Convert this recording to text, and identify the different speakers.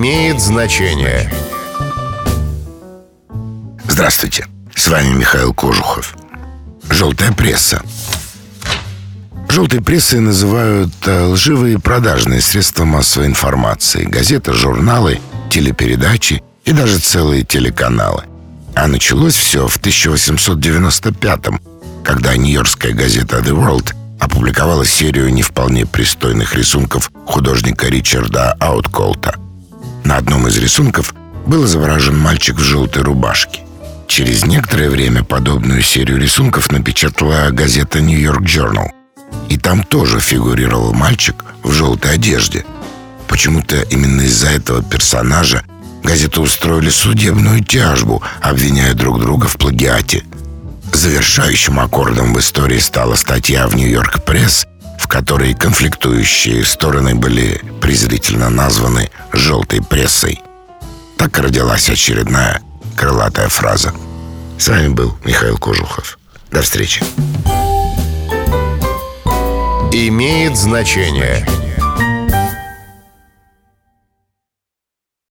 Speaker 1: Имеет значение.
Speaker 2: Здравствуйте, с вами Михаил Кожухов. Желтая пресса. Желтой прессой называют лживые продажные средства массовой информации: газеты, журналы, телепередачи и даже целые телеканалы. А началось все в 1895-м, когда нью-йоркская газета The World опубликовала серию не вполне пристойных рисунков художника Ричарда Аутколта. На одном из рисунков был изображен мальчик в желтой рубашке. Через некоторое время подобную серию рисунков напечатала газета New York Journal. И там тоже фигурировал мальчик в желтой одежде. Почему-то именно из-за этого персонажа газеты устроили судебную тяжбу, обвиняя друг друга в плагиате. Завершающим аккордом в истории стала статья в Нью-Йорк Пресс, в которой конфликтующие стороны были презрительно названы «желтой прессой». Так родилась очередная крылатая фраза. С вами был Михаил Кожухов. До встречи.
Speaker 1: Имеет значение.